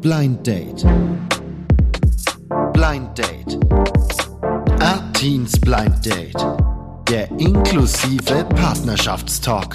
Blind Date. Blind Date. Artins Blind Date. Der inklusive Partnerschaftstalk.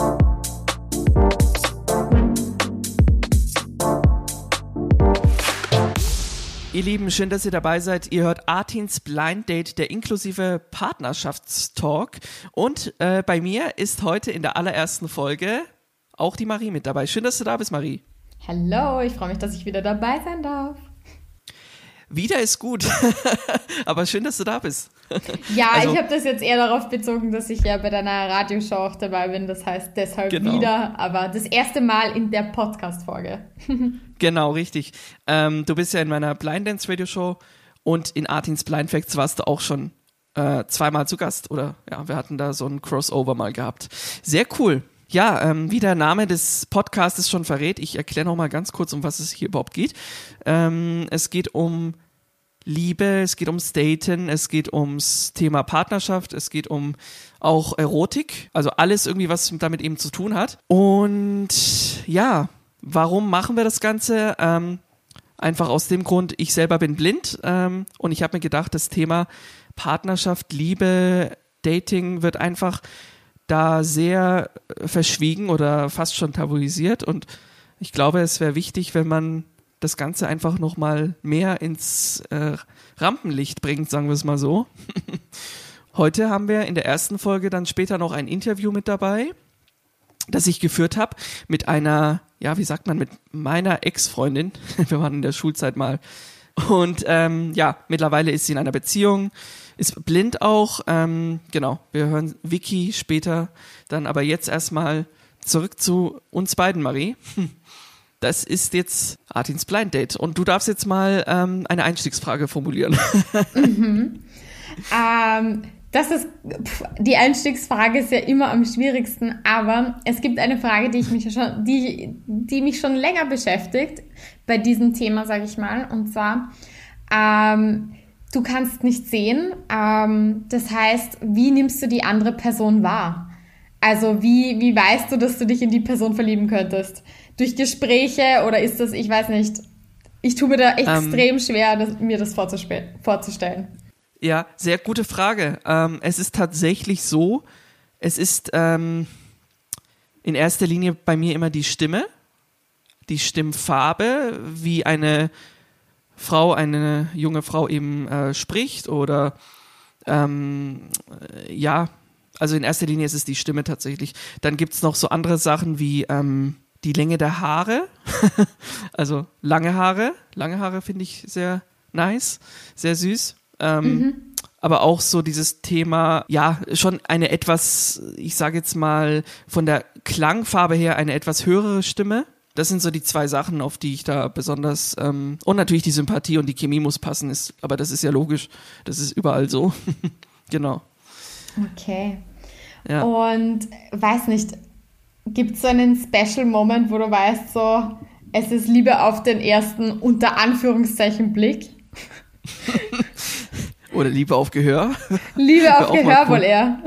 Ihr Lieben, schön, dass ihr dabei seid. Ihr hört Artins Blind Date, der inklusive Partnerschaftstalk. Und bei mir ist heute in der allerersten Folge auch die Marie mit dabei. Schön, dass du da bist, Marie. Hallo, ich freue mich, dass ich wieder dabei sein darf. Wieder ist gut, aber schön, dass du da bist. Ja, also, ich habe das jetzt eher darauf bezogen, dass ich ja bei deiner Radioshow auch dabei bin. Das heißt deshalb wieder, aber das erste Mal in der Podcast-Folge. Genau, richtig. Du bist ja in meiner Blind Dance Radio Show und in Artins Blind Facts warst du auch schon zweimal zu Gast. Oder ja, wir hatten da so ein Crossover mal gehabt. Sehr cool. Ja, wie der Name des Podcasts schon verrät, ich erkläre noch mal ganz kurz, um was es hier überhaupt geht. Es geht um Liebe, es geht ums Daten, es geht ums Thema Partnerschaft, es geht um auch Erotik, also alles irgendwie, was damit eben zu tun hat. Und ja, warum machen wir das Ganze? Einfach aus dem Grund, ich selber bin blind und ich habe mir gedacht, das Thema Partnerschaft, Liebe, Dating wird einfach da sehr verschwiegen oder fast schon tabuisiert und ich glaube, es wäre wichtig, wenn man das Ganze einfach nochmal mehr ins Rampenlicht bringt, sagen wir es mal so. Heute haben wir in der ersten Folge dann später noch ein Interview mit dabei, das ich geführt habe mit einer, ja, wie sagt man, mit meiner Ex-Freundin. Wir waren in der Schulzeit mal. Und ja, mittlerweile ist sie in einer Beziehung, ist blind auch. Genau, wir hören Vicky später dann, aber jetzt erstmal zurück zu uns beiden, Marie. Das ist jetzt Artins Blind Date und du darfst jetzt mal eine Einstiegsfrage formulieren. Die Einstiegsfrage ist ja immer am schwierigsten, aber es gibt eine Frage, die mich schon länger beschäftigt bei diesem Thema, sage ich mal, und zwar, du kannst nicht sehen, das heißt, wie nimmst du die andere Person wahr? Also wie weißt du, dass du dich in die Person verlieben könntest? Durch Gespräche oder ist das, ich weiß nicht, ich tue mir da extrem schwer, mir das vorzustellen. Ja, sehr gute Frage. Es ist tatsächlich so, es ist in erster Linie bei mir immer die Stimme, die Stimmfarbe, wie eine junge Frau eben spricht oder ja, also in erster Linie ist es die Stimme tatsächlich. Dann gibt es noch so andere Sachen wie die Länge der Haare, also lange Haare finde ich sehr nice, sehr süß. Aber auch so dieses Thema, ja, schon eine etwas, ich sage jetzt mal, von der Klangfarbe her eine etwas höhere Stimme. Das sind so die zwei Sachen, auf die ich da besonders, und natürlich die Sympathie und die Chemie muss passen, aber das ist ja logisch, das ist überall so. Genau. Okay. Ja. Und weiß nicht, gibt es so einen Special Moment, wo du weißt, so, es ist Liebe auf den ersten, unter Anführungszeichen, Blick? Oder Liebe auf Gehör. Liebe auf Gehör wohl eher.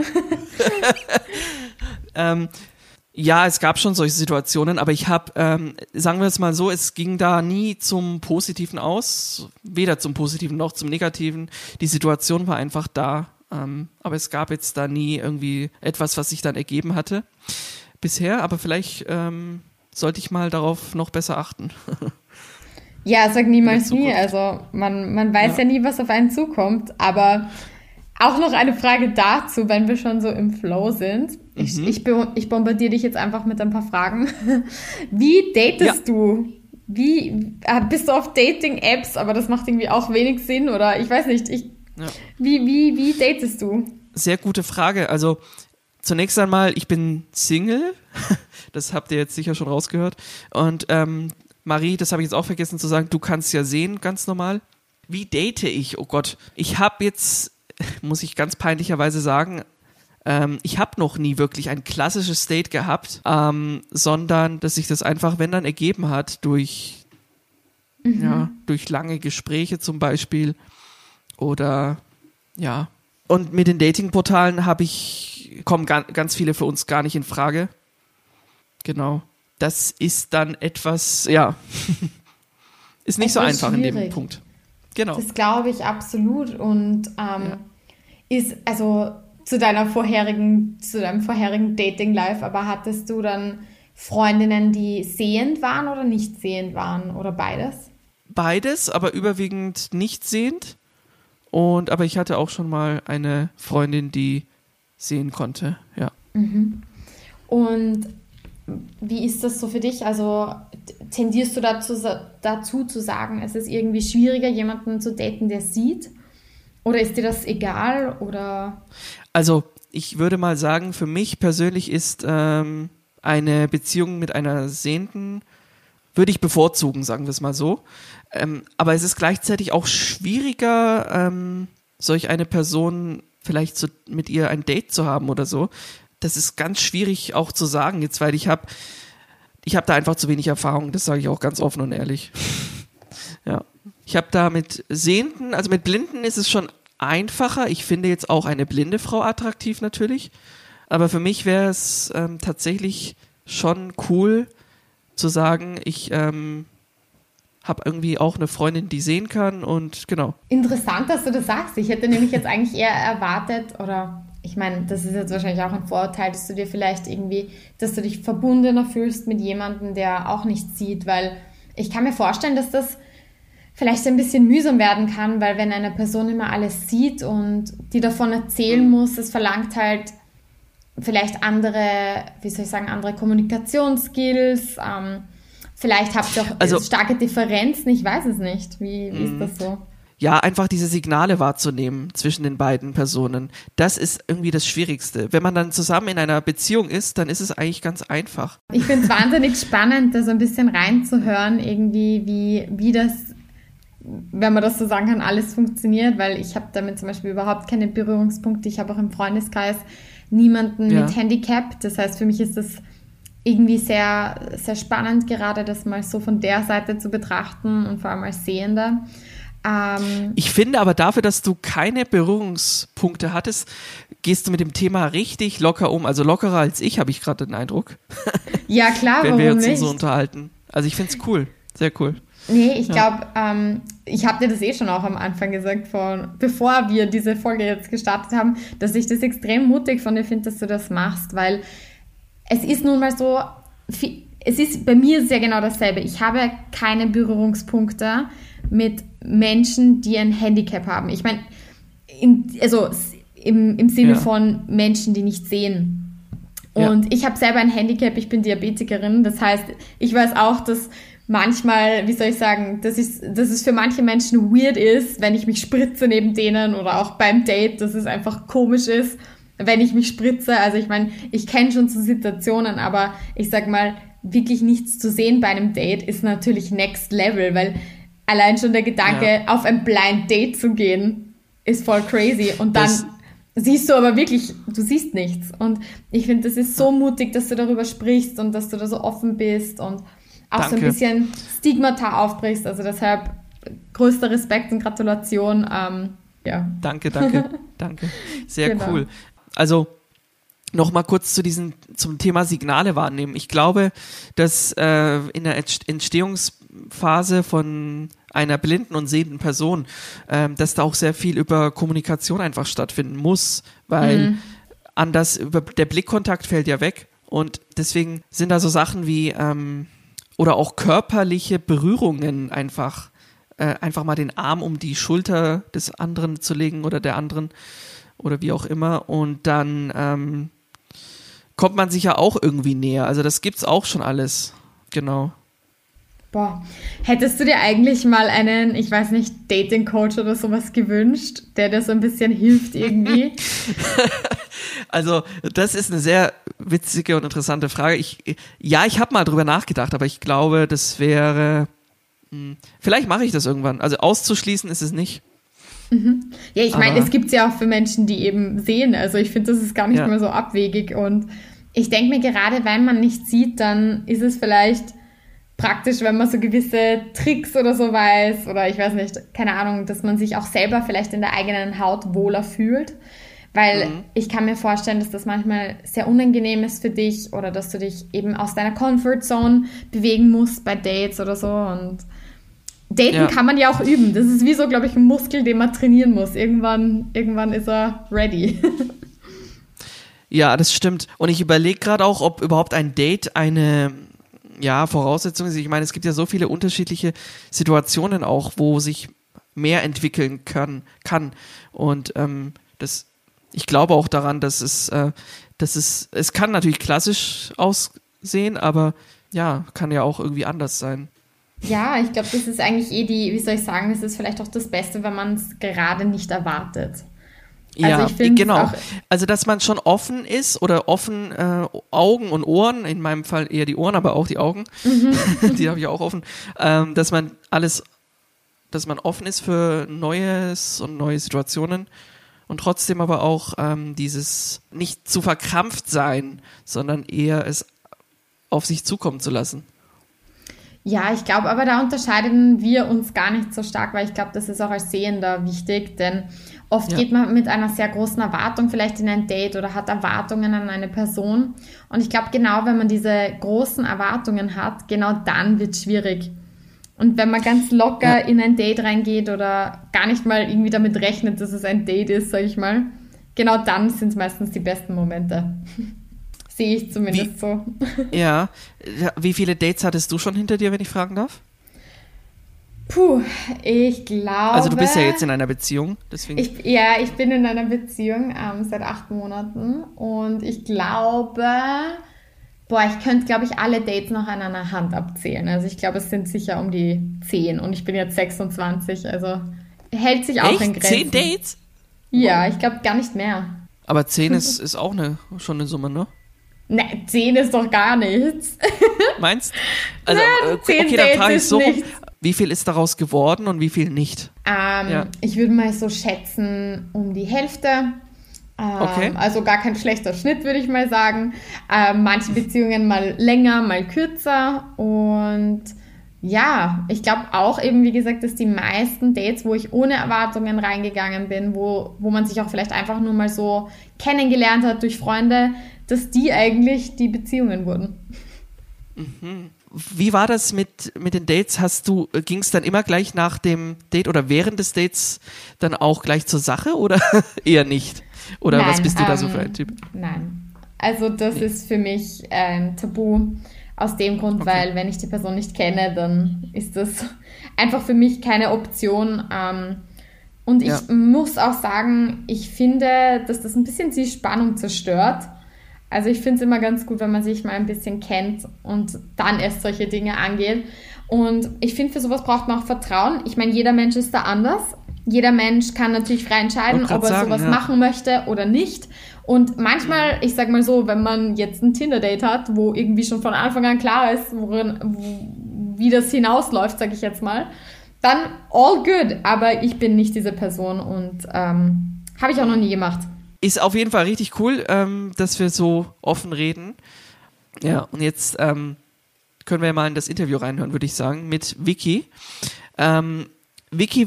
Ja, es gab schon solche Situationen, aber ich habe, sagen wir es mal so, es ging da nie zum Positiven aus, weder zum Positiven noch zum Negativen. Die Situation war einfach da, aber es gab jetzt da nie irgendwie etwas, was sich dann ergeben hatte bisher, aber vielleicht sollte ich mal darauf noch besser achten. Ja, sag niemals nie. Also man weiß ja nie, was auf einen zukommt. Aber auch noch eine Frage dazu, wenn wir schon so im Flow sind. Ich bombardiere dich jetzt einfach mit ein paar Fragen. Wie datest du? Wie bist du auf Dating-Apps? Aber das macht irgendwie auch wenig Sinn. Oder ich weiß nicht. Wie datest du? Sehr gute Frage. Also zunächst einmal, ich bin Single. Das habt ihr jetzt sicher schon rausgehört. Und Marie, das habe ich jetzt auch vergessen zu sagen, du kannst ja sehen, ganz normal. Wie date ich? Oh Gott. Ich habe jetzt, muss ich ganz peinlicherweise sagen, ich habe noch nie wirklich ein klassisches Date gehabt, sondern dass sich das einfach, wenn dann, ergeben hat durch lange Gespräche zum Beispiel oder ja. Und mit den Datingportalen kommen ganz viele für uns gar nicht in Frage. Genau. Das ist dann etwas, ja. Ist nicht so einfach schwierig. in dem Punkt. Genau. Das glaube ich absolut. Und ist, also zu deinem vorherigen Dating-Life, aber hattest du dann Freundinnen, die sehend waren oder nicht sehend waren oder beides? Beides, aber überwiegend nicht sehend. Aber ich hatte auch schon mal eine Freundin, die sehen konnte, ja. Mhm. Und wie ist das so für dich? Also tendierst du dazu zu sagen, es ist irgendwie schwieriger, jemanden zu daten, der sieht? Oder ist dir das egal? Oder? Also ich würde mal sagen, für mich persönlich ist eine Beziehung mit einer Sehenden, würde ich bevorzugen, sagen wir es mal so. Aber es ist gleichzeitig auch schwieriger, solch eine Person vielleicht mit ihr ein Date zu haben oder so. Das ist ganz schwierig auch zu sagen jetzt, weil ich hab da einfach zu wenig Erfahrung, das sage ich auch ganz offen und ehrlich. Ja. Ich habe da mit Sehenden, also mit Blinden ist es schon einfacher. Ich finde jetzt auch eine blinde Frau attraktiv natürlich. Aber für mich wäre es tatsächlich schon cool zu sagen, ich habe irgendwie auch eine Freundin, die sehen kann und genau. Interessant, dass du das sagst. Ich hätte nämlich jetzt eigentlich eher erwartet, oder ich meine, das ist jetzt wahrscheinlich auch ein Vorurteil, dass du dir vielleicht irgendwie, dass du dich verbundener fühlst mit jemandem, der auch nicht sieht, weil ich kann mir vorstellen, dass das vielleicht ein bisschen mühsam werden kann, weil wenn eine Person immer alles sieht und die davon erzählen muss, es verlangt halt vielleicht andere, andere Kommunikationsskills, vielleicht habt ihr auch starke Differenzen, ich weiß es nicht. Wie ist das so? Ja, einfach diese Signale wahrzunehmen zwischen den beiden Personen. Das ist irgendwie das Schwierigste. Wenn man dann zusammen in einer Beziehung ist, dann ist es eigentlich ganz einfach. Ich finde es wahnsinnig spannend, da so ein bisschen reinzuhören, irgendwie, wie das, wenn man das so sagen kann, alles funktioniert, weil ich habe damit zum Beispiel überhaupt keine Berührungspunkte. Ich habe auch im Freundeskreis niemanden mit Handicap. Das heißt, für mich ist das irgendwie sehr, sehr spannend, gerade das mal so von der Seite zu betrachten und vor allem als Sehender. Ich finde aber dafür, dass du keine Berührungspunkte hattest, gehst du mit dem Thema richtig locker um. Also lockerer als ich, habe ich gerade den Eindruck. Ja, klar, wenn wir uns nicht? so unterhalten. Also ich finde es cool, sehr cool. Nee, ich glaube, ich habe dir das schon auch am Anfang gesagt, bevor wir diese Folge jetzt gestartet haben, dass ich das extrem mutig von dir finde, dass du das machst, weil es ist nun mal so, bei mir ist es ja genau dasselbe. Ich habe keine Berührungspunkte mit Menschen, die ein Handicap haben. Ich meine, im Sinne von Menschen, die nicht sehen. Und ich habe selber ein Handicap, ich bin Diabetikerin, das heißt, ich weiß auch, dass manchmal, dass es für manche Menschen weird ist, wenn ich mich spritze neben denen oder auch beim Date, dass es einfach komisch ist, wenn ich mich spritze. Also ich meine, ich kenne schon so Situationen, aber ich sag mal, wirklich nichts zu sehen bei einem Date ist natürlich next level, weil allein schon der Gedanke, auf ein Blind Date zu gehen, ist voll crazy. Und dann siehst du aber wirklich, du siehst nichts. Und ich finde, das ist so mutig, dass du darüber sprichst und dass du da so offen bist und auch so ein bisschen Stigmata aufbrichst. Also deshalb größter Respekt und Gratulation. Danke. Sehr cool. Also nochmal kurz zum Thema Signale wahrnehmen. Ich glaube, dass in der Entstehungsphase von einer blinden und sehenden Person, dass da auch sehr viel über Kommunikation einfach stattfinden muss, weil anders, der Blickkontakt fällt ja weg und deswegen sind da so Sachen wie oder auch körperliche Berührungen einfach mal den Arm um die Schulter des anderen zu legen oder der anderen oder wie auch immer und dann kommt man sich ja auch irgendwie näher. Also das gibt's auch schon alles. Genau. Boah, hättest du dir eigentlich mal einen, ich weiß nicht, Dating-Coach oder sowas gewünscht, der dir so ein bisschen hilft irgendwie? Also das ist eine sehr witzige und interessante Frage. Ich habe mal drüber nachgedacht, aber ich glaube, das wäre, vielleicht mache ich das irgendwann. Also auszuschließen ist es nicht. Mhm. Ja, ich meine, es gibt es ja auch für Menschen, die eben sehen. Also ich finde, das ist gar nicht mehr so abwegig. Und ich denke mir, gerade wenn man nicht sieht, dann ist es vielleicht praktisch, wenn man so gewisse Tricks oder so weiß oder ich weiß nicht, keine Ahnung, dass man sich auch selber vielleicht in der eigenen Haut wohler fühlt. Weil ich kann mir vorstellen, dass das manchmal sehr unangenehm ist für dich oder dass du dich eben aus deiner Comfortzone bewegen musst bei Dates oder so. Und Daten kann man ja auch üben. Das ist wie so, glaube ich, ein Muskel, den man trainieren muss. Irgendwann ist er ready. Ja, das stimmt. Und ich überlege gerade auch, ob überhaupt ein Date eine Voraussetzung ist. Ich meine, es gibt ja so viele unterschiedliche Situationen auch, wo sich mehr entwickeln kann. Und ich glaube auch daran, dass es kann natürlich klassisch aussehen, aber ja, kann ja auch irgendwie anders sein. Ja, ich glaube, das ist eigentlich wie soll ich sagen, das ist vielleicht auch das Beste, wenn man es gerade nicht erwartet. Ja, also ich genau. Auch, also, dass man schon offen ist oder offen Augen und Ohren, in meinem Fall eher die Ohren, aber auch die Augen, die habe ich auch offen, dass man offen ist für Neues und neue Situationen und trotzdem aber auch dieses nicht zu verkrampft sein, sondern eher es auf sich zukommen zu lassen. ja, ich glaube, aber da unterscheiden wir uns gar nicht so stark, weil ich glaube, das ist auch als Sehender wichtig, denn oft geht man mit einer sehr großen Erwartung vielleicht in ein Date oder hat Erwartungen an eine Person. Und ich glaube, genau wenn man diese großen Erwartungen hat, genau dann wird es schwierig. Und wenn man ganz locker in ein Date reingeht oder gar nicht mal irgendwie damit rechnet, dass es ein Date ist, sage ich mal, genau dann sind es meistens die besten Momente. Sehe ich zumindest so. Ja. Wie viele Dates hattest du schon hinter dir, wenn ich fragen darf? Puh, ich glaube... Also du bist ja jetzt in einer Beziehung, deswegen... Ich bin in einer Beziehung seit 8 Monaten und ich glaube... ich könnte, glaube ich, alle Dates noch an einer Hand abzählen. Also ich glaube, es sind sicher um die 10 und ich bin jetzt 26, also hält sich auch in Grenzen. 10 Dates? Ja, ich glaube gar nicht mehr. Aber 10 ist auch schon eine Summe, ne? Ne, 10 ist doch gar nichts. Meinst? Also, Nein, 10 okay, dann Dates frage ich ist so, nichts. wie viel ist daraus geworden und wie viel nicht? Ich würde mal so schätzen um die Hälfte. Okay. Also gar kein schlechter Schnitt, würde ich mal sagen. Manche Beziehungen mal länger, mal kürzer. Und ja, ich glaube auch eben, wie gesagt, dass die meisten Dates, wo ich ohne Erwartungen reingegangen bin, wo man sich auch vielleicht einfach nur mal so kennengelernt hat durch Freunde, dass die eigentlich die Beziehungen wurden. Mhm. Wie war das mit den Dates? Ging es dann immer gleich nach dem Date oder während des Dates dann auch gleich zur Sache oder eher nicht? Oder Nein, was bist du da so für ein Typ? Nein, also das ist für mich tabu aus dem Grund, weil wenn ich die Person nicht kenne, dann ist das einfach für mich keine Option. Und ich muss auch sagen, ich finde, dass das ein bisschen die Spannung zerstört. Also ich finde es immer ganz gut, wenn man sich mal ein bisschen kennt und dann erst solche Dinge angeht. Und ich finde, für sowas braucht man auch Vertrauen. Ich meine, jeder Mensch ist da anders. Jeder Mensch kann natürlich frei entscheiden, ob er sowas machen möchte oder nicht. Und manchmal, ich sag mal so, wenn man jetzt ein Tinder-Date hat, wo irgendwie schon von Anfang an klar ist, wie das hinausläuft, sag ich jetzt mal, dann all good. Aber ich bin nicht diese Person und habe ich auch noch nie gemacht. Ist auf jeden Fall richtig cool, dass wir so offen reden. Ja, und jetzt können wir mal in das Interview reinhören, würde ich sagen, mit Vicky. Vicky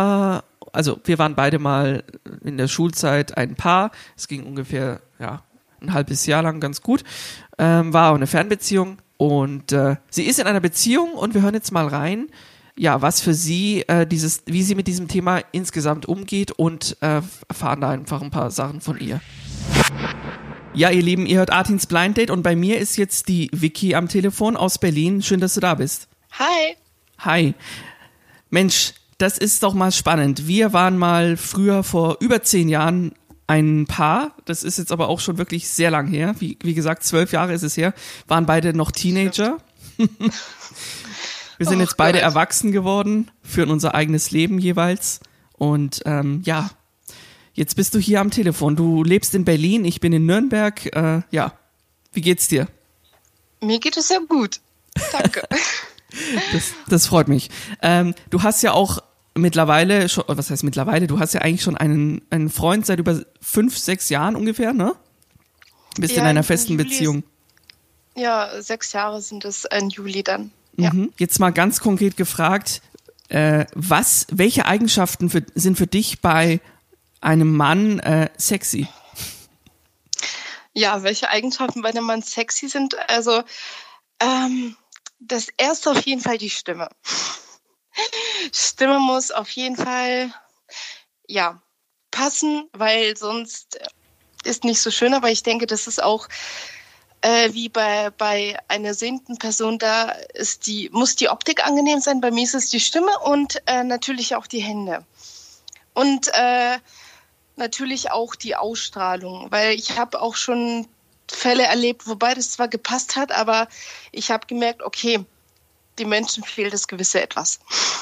wir waren beide mal in der Schulzeit ein Paar. Es ging ungefähr ein halbes Jahr lang ganz gut. War auch eine Fernbeziehung und sie ist in einer Beziehung und wir hören jetzt mal rein, was für sie wie sie mit diesem Thema insgesamt umgeht und erfahren da einfach ein paar Sachen von ihr. Ja, ihr Lieben, ihr hört Artins Blind Date und bei mir ist jetzt die Vicky am Telefon aus Berlin. Schön, dass du da bist. Hi. Hi. Mensch, das ist doch mal spannend. Wir waren mal früher vor über 10 Jahren ein Paar. Das ist jetzt aber auch schon wirklich sehr lang her. Wie gesagt, 12 Jahre ist es her. Waren beide noch Teenager. Wir sind jetzt beide erwachsen geworden, führen unser eigenes Leben jeweils. Und jetzt bist du hier am Telefon. Du lebst in Berlin, ich bin in Nürnberg. Wie geht's dir? Mir geht es sehr gut. Danke. Das freut mich. Du hast ja auch mittlerweile schon, was heißt mittlerweile? Du hast ja eigentlich schon einen Freund seit über 5-6 Jahren ungefähr, ne? Bist in einer festen Beziehung. Ja, 6 Jahre sind es im Juli dann. Ja. Jetzt mal ganz konkret gefragt, welche Eigenschaften sind für dich bei einem Mann sexy? Ja, welche Eigenschaften bei einem Mann sexy sind? Also, das erste auf jeden Fall die Stimme. Stimme muss auf jeden Fall, ja, passen, weil sonst ist nicht so schön. Aber ich denke, das ist auch wie bei einer sehenden Person, muss die Optik angenehm sein. Bei mir ist es die Stimme und natürlich auch die Hände. Und natürlich auch die Ausstrahlung, weil ich habe auch schon Fälle erlebt, wobei das zwar gepasst hat, aber ich habe gemerkt, okay, die Menschen fehlt das gewisse Etwas.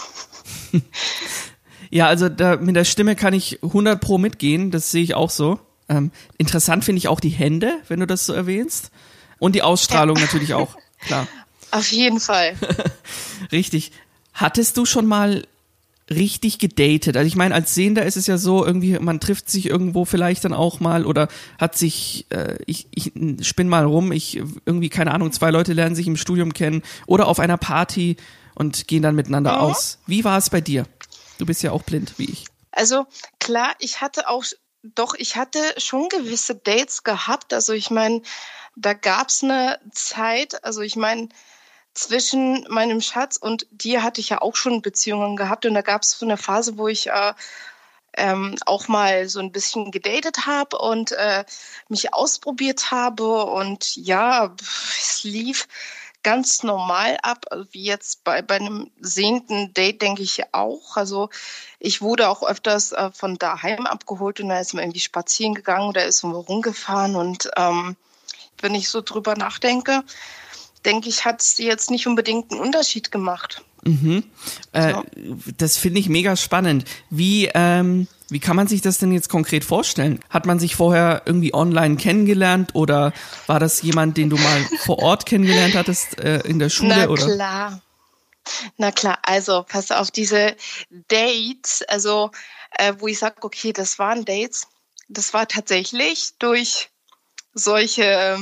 Ja, also mit der Stimme kann ich 100% mitgehen, das sehe ich auch so. Interessant finde ich auch die Hände, wenn du das so erwähnst. Und die Ausstrahlung natürlich auch, klar. Auf jeden Fall. Richtig. Hattest du schon mal richtig gedatet? Also ich meine, als Sehender ist es ja so, irgendwie, man trifft sich irgendwo vielleicht dann auch mal oder hat sich, ich spinn mal rum, irgendwie, keine Ahnung, 2 Leute lernen sich im Studium kennen oder auf einer Party und gehen dann miteinander aus. Wie war es bei dir? Du bist ja auch blind, wie ich. Also klar, ich hatte schon gewisse Dates gehabt. Also ich meine, da gab es eine Zeit, also ich meine, zwischen meinem Schatz und dir hatte ich ja auch schon Beziehungen gehabt und da gab es so eine Phase, wo ich auch mal so ein bisschen gedatet habe und mich ausprobiert habe und ja, es lief ganz normal ab, wie jetzt bei einem sehenden Date, denke ich auch. Also ich wurde auch öfters von daheim abgeholt und da ist man irgendwie spazieren gegangen oder ist man rumgefahren und wenn ich so drüber nachdenke, denke ich, hat es jetzt nicht unbedingt einen Unterschied gemacht. Mhm. Das finde ich mega spannend. Wie kann man sich das denn jetzt konkret vorstellen? Hat man sich vorher irgendwie online kennengelernt oder war das jemand, den du mal vor Ort kennengelernt hattest in der Schule? Na klar, also pass auf, diese Dates, also wo ich sage, okay, das waren Dates, das war tatsächlich durch solche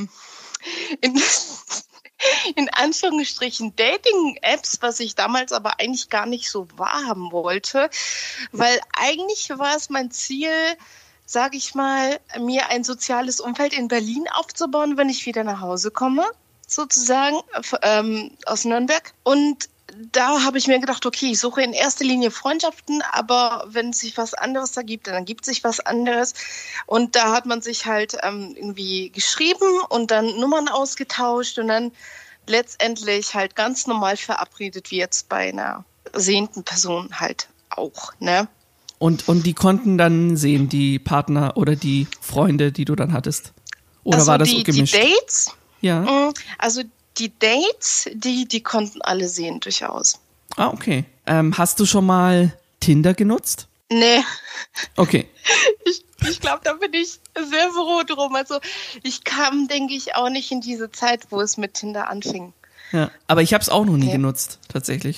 in Anführungsstrichen Dating-Apps, was ich damals aber eigentlich gar nicht so wahrhaben wollte, weil eigentlich war es mein Ziel, sage ich mal, mir ein soziales Umfeld in Berlin aufzubauen, wenn ich wieder nach Hause komme, sozusagen, aus Nürnberg. Und da habe ich mir gedacht, okay, ich suche in erster Linie Freundschaften, aber wenn sich was anderes ergibt, dann ergibt sich was anderes. Und da hat man sich halt irgendwie geschrieben und dann Nummern ausgetauscht und dann letztendlich halt ganz normal verabredet, wie jetzt bei einer sehenden Person halt auch, ne? Und die konnten dann sehen, die Partner oder die Freunde, die du dann hattest? Oder also war das gemischt? Die Dates? Ja. Also die Dates, die konnten alle sehen, durchaus. Ah, okay. Hast du schon mal Tinder genutzt? Nee. Okay. Ich glaube, da bin ich sehr froh drum. Also ich kam, denke ich, auch nicht in diese Zeit, wo es mit Tinder anfing. Ja, aber ich habe es auch noch nie genutzt, tatsächlich.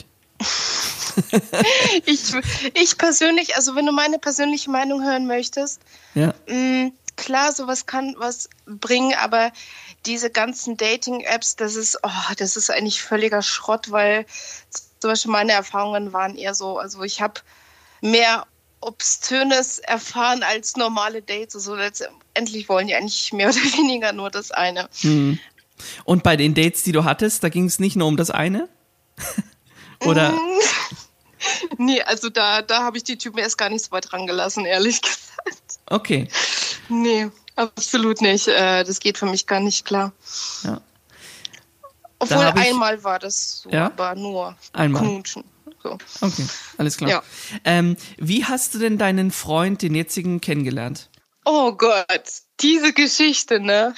Ich persönlich, also wenn du meine persönliche Meinung hören möchtest, ja. Klar, sowas kann was bringen, aber diese ganzen Dating-Apps, das ist eigentlich völliger Schrott, weil zum Beispiel meine Erfahrungen waren eher so, also ich habe mehr Obszönes erfahren als normale Dates. Also letztendlich wollen die eigentlich mehr oder weniger nur das eine. Hm. Und bei den Dates, die du hattest, da ging es nicht nur um das eine? Oder? Nee, also da habe ich die Typen erst gar nicht so weit rangelassen, ehrlich gesagt. Okay. Nee, absolut nicht. Das geht für mich gar nicht klar. Ja. Obwohl einmal war das so, ja? aber nur einmal. Knutschen. So. Okay, alles klar. Ja. Wie hast du denn deinen Freund, den jetzigen, kennengelernt? Oh Gott, diese Geschichte, ne?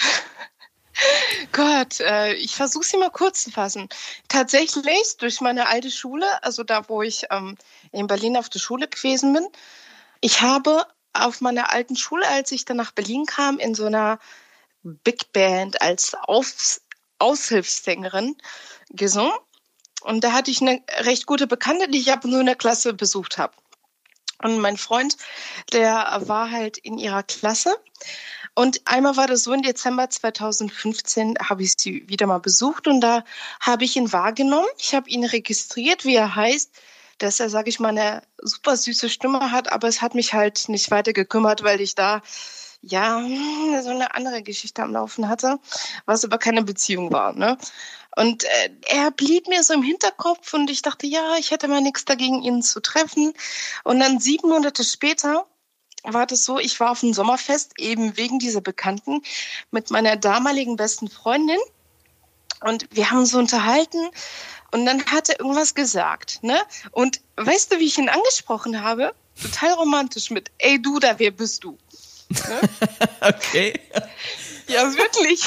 Gott, ich versuche sie mal kurz zu fassen. Tatsächlich durch meine alte Schule, also da, wo ich in Berlin auf der Schule gewesen bin, ich habe auf meiner alten Schule, als ich dann nach Berlin kam, in so einer Big Band als Aushilfssängerin gesungen. Und da hatte ich eine recht gute Bekannte, die ich ab und zu in der Klasse besucht habe. Und mein Freund, der war halt in ihrer Klasse. Und einmal war das so, im Dezember 2015 habe ich sie wieder mal besucht und da habe ich ihn wahrgenommen. Ich habe ihn registriert, wie er heißt, dass er, sage ich mal, eine super süße Stimme hat, aber es hat mich halt nicht weiter gekümmert, weil ich da ja, so eine andere Geschichte am Laufen hatte, was aber keine Beziehung war, ne? Und er blieb mir so im Hinterkopf und ich dachte, ja, ich hätte mal nichts dagegen, ihn zu treffen. Und dann 7 Monate später war das so, ich war auf dem Sommerfest, eben wegen dieser Bekannten, mit meiner damaligen besten Freundin. Und wir haben uns so unterhalten und dann hat er irgendwas gesagt, ne? Und weißt du, wie ich ihn angesprochen habe? Total romantisch mit, ey du da, wer bist du? Ne? Okay. Ja, wirklich.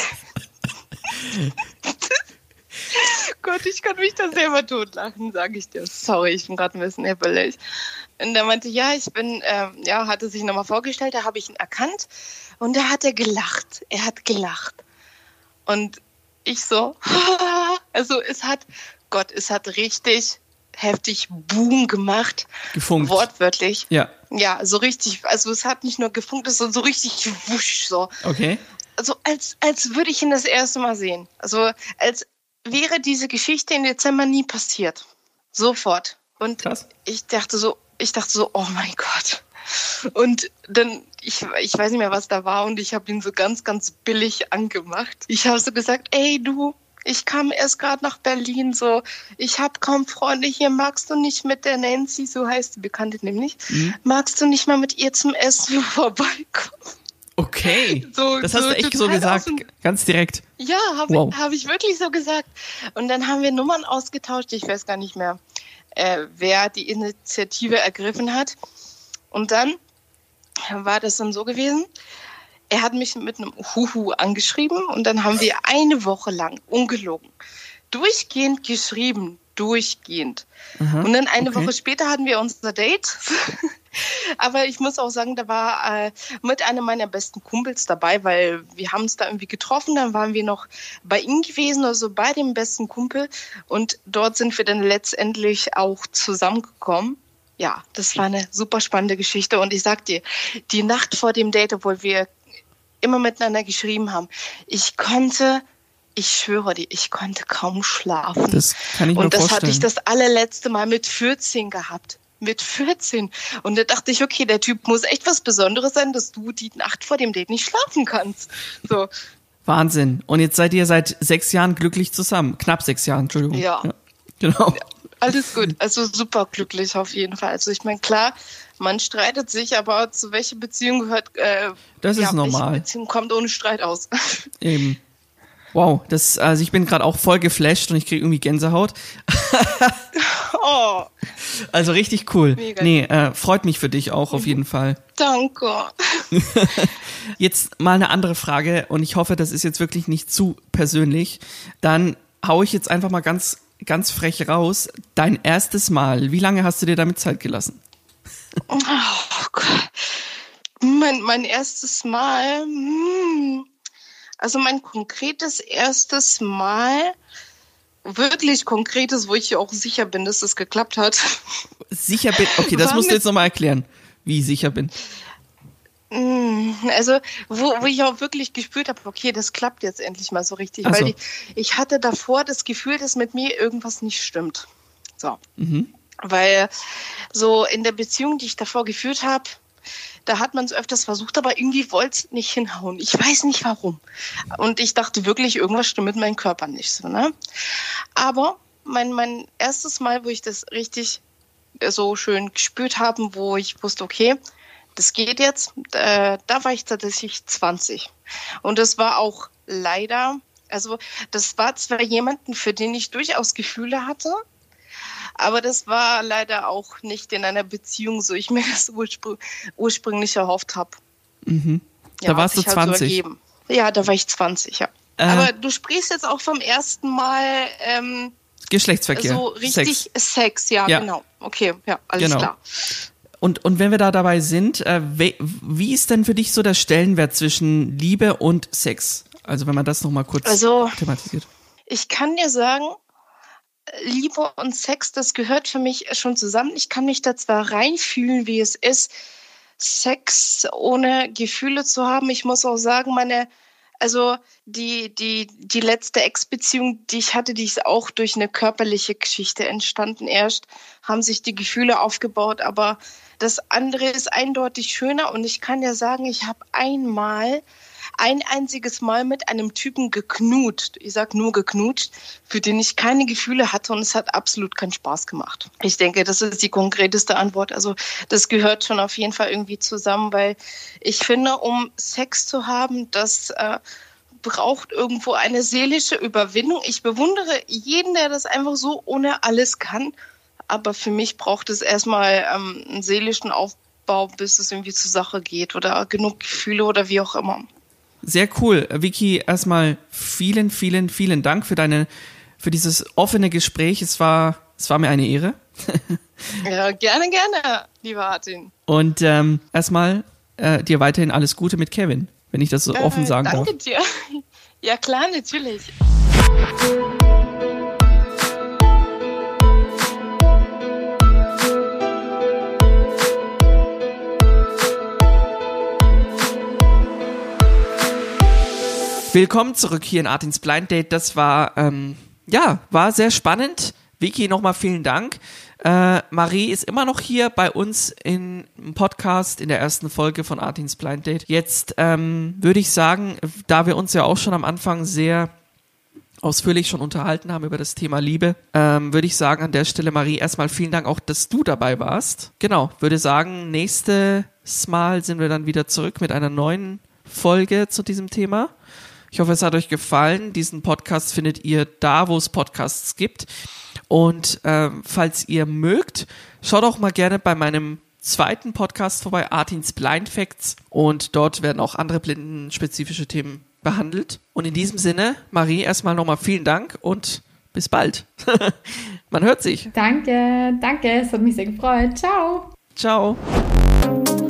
Gott, ich kann mich da selber totlachen, sage ich dir. Sorry, ich bin gerade ein bisschen hibbelig. Und er meinte, ja, ich bin, hatte sich nochmal vorgestellt, da habe ich ihn erkannt. Und da hat er gelacht. Er hat gelacht. Und ich so, also es hat richtig heftig Boom gemacht. Gefunkt. Wortwörtlich. Ja. Ja, so richtig, also es hat nicht nur gefunkt, es ist so richtig wusch, so. Okay. Also als würde ich ihn das erste Mal sehen. Also als wäre diese Geschichte im Dezember nie passiert. Sofort. Und Krass. ich dachte so, oh mein Gott. Und dann, ich weiß nicht mehr, was da war und ich habe ihn so ganz, ganz billig angemacht. Ich habe so gesagt, ey du, ich kam erst gerade nach Berlin, so, ich habe kaum Freunde hier, magst du nicht mit der Nancy, so heißt die Bekannte nämlich, magst du nicht mal mit ihr zum Essen vorbeikommen? Okay, So, das hast so du echt so total gesagt, ganz direkt. Ja, habe ich wirklich so gesagt. Und dann haben wir Nummern ausgetauscht. Ich weiß gar nicht mehr, wer die Initiative ergriffen hat. Und dann war das dann so gewesen, er hat mich mit einem Huhu angeschrieben und dann haben wir eine Woche lang, ungelogen, durchgehend geschrieben, durchgehend. Aha, und dann eine okay. Woche später hatten wir unser Date. Aber ich muss auch sagen, da war mit einem meiner besten Kumpels dabei, weil wir haben uns da irgendwie getroffen, dann waren wir noch bei ihm gewesen, also bei dem besten Kumpel und dort sind wir dann letztendlich auch zusammengekommen. Ja, das war eine super spannende Geschichte und ich sag dir, die Nacht vor dem Date, obwohl wir immer miteinander geschrieben haben, ich schwöre dir, ich konnte kaum schlafen. Das kann ich mir und das vorstellen. hatte ich das allerletzte Mal mit 14 gehabt. Mit 14. Und da dachte ich, okay, der Typ muss echt was Besonderes sein, dass du die Nacht vor dem Date nicht schlafen kannst. So. Wahnsinn. Und jetzt seid ihr seit 6 Jahren glücklich zusammen. Knapp 6 Jahren, Entschuldigung. Ja. Genau. Alles gut. Also super glücklich auf jeden Fall. Also ich meine, klar, man streitet sich, aber zu welcher Beziehung gehört... Das ist normal. Welche Beziehung kommt ohne Streit aus? Eben. Wow, also ich bin gerade auch voll geflasht und ich kriege irgendwie Gänsehaut. Oh, Also richtig cool. Mega. Nee, freut mich für dich auch auf jeden Fall. danke. Jetzt mal eine andere Frage und ich hoffe, das ist jetzt wirklich nicht zu persönlich. Dann hau ich jetzt einfach mal ganz, ganz frech raus. Dein erstes Mal, wie lange hast du dir damit Zeit gelassen? Oh Gott. Mein erstes Mal... Also mein konkretes erstes Mal, wirklich konkretes, wo ich auch sicher bin, dass es geklappt hat. Sicher bin? Okay, das musst du jetzt nochmal erklären, wie ich sicher bin. Also wo ich auch wirklich gespürt habe, okay, das klappt jetzt endlich mal so richtig. Ach so. Weil ich hatte davor das Gefühl, dass mit mir irgendwas nicht stimmt. So. Weil so in der Beziehung, die ich davor geführt habe, da hat man es öfters versucht, aber irgendwie wollte es nicht hinhauen. Ich weiß nicht warum. Und ich dachte wirklich, irgendwas stimmt mit meinem Körper nicht so, ne? Aber mein erstes Mal, wo ich das richtig so schön gespürt habe, wo ich wusste, okay, das geht jetzt, da war ich tatsächlich 20. Und das war auch leider, also das war zwar jemanden, für den ich durchaus Gefühle hatte, aber das war leider auch nicht in einer Beziehung, so ich mir das ursprünglich erhofft habe. Da warst du 20. Ja, da war ich 20, ja. Aber du sprichst jetzt auch vom ersten Mal Geschlechtsverkehr. so richtig Sex, ja, genau. Okay, ja, alles klar. Und wenn wir da dabei sind, wie ist denn für dich so der Stellenwert zwischen Liebe und Sex? Also wenn man das nochmal kurz thematisiert. Ich kann dir sagen, Liebe und Sex, das gehört für mich schon zusammen. Ich kann mich da zwar reinfühlen, wie es ist, Sex ohne Gefühle zu haben. Ich muss auch sagen, Also die letzte Ex-Beziehung, die ich hatte, die ist auch durch eine körperliche Geschichte entstanden. Erst haben sich die Gefühle aufgebaut, aber das andere ist eindeutig schöner. Und ich kann ja sagen, ich habe ein einziges Mal mit einem Typen geknutscht. Ich sag nur geknutscht, für den ich keine Gefühle hatte, und es hat absolut keinen Spaß gemacht. Ich denke, das ist die konkreteste Antwort. Also das gehört schon auf jeden Fall irgendwie zusammen, weil ich finde, um Sex zu haben, das braucht irgendwo eine seelische Überwindung. Ich bewundere jeden, der das einfach so ohne alles kann. Aber für mich braucht es erstmal einen seelischen Aufbau, bis es irgendwie zur Sache geht oder genug Gefühle oder wie auch immer. Sehr cool. Vicky, erstmal vielen, vielen, vielen Dank für dieses offene Gespräch. Es war mir eine Ehre. Ja, gerne, lieber Artin. Und erstmal dir weiterhin alles Gute mit Kevin, wenn ich das so offen sagen darf. Danke dir. Ja klar, natürlich. Willkommen zurück hier in Artins Blind Date. Das war sehr spannend. Vicky, nochmal vielen Dank. Marie ist immer noch hier bei uns im Podcast in der ersten Folge von Artins Blind Date. Jetzt würde ich sagen, da wir uns ja auch schon am Anfang sehr ausführlich schon unterhalten haben über das Thema Liebe, würde ich sagen an der Stelle, Marie, erstmal vielen Dank auch, dass du dabei warst. Genau, würde sagen, nächstes Mal sind wir dann wieder zurück mit einer neuen Folge zu diesem Thema. Ich hoffe, es hat euch gefallen. Diesen Podcast findet ihr da, wo es Podcasts gibt. Und falls ihr mögt, schaut auch mal gerne bei meinem zweiten Podcast vorbei, Artins Blind Facts. Und dort werden auch andere blindenspezifische Themen behandelt. Und in diesem Sinne, Marie, erstmal nochmal vielen Dank und bis bald. Man hört sich. Danke. Es hat mich sehr gefreut. Ciao. Ciao.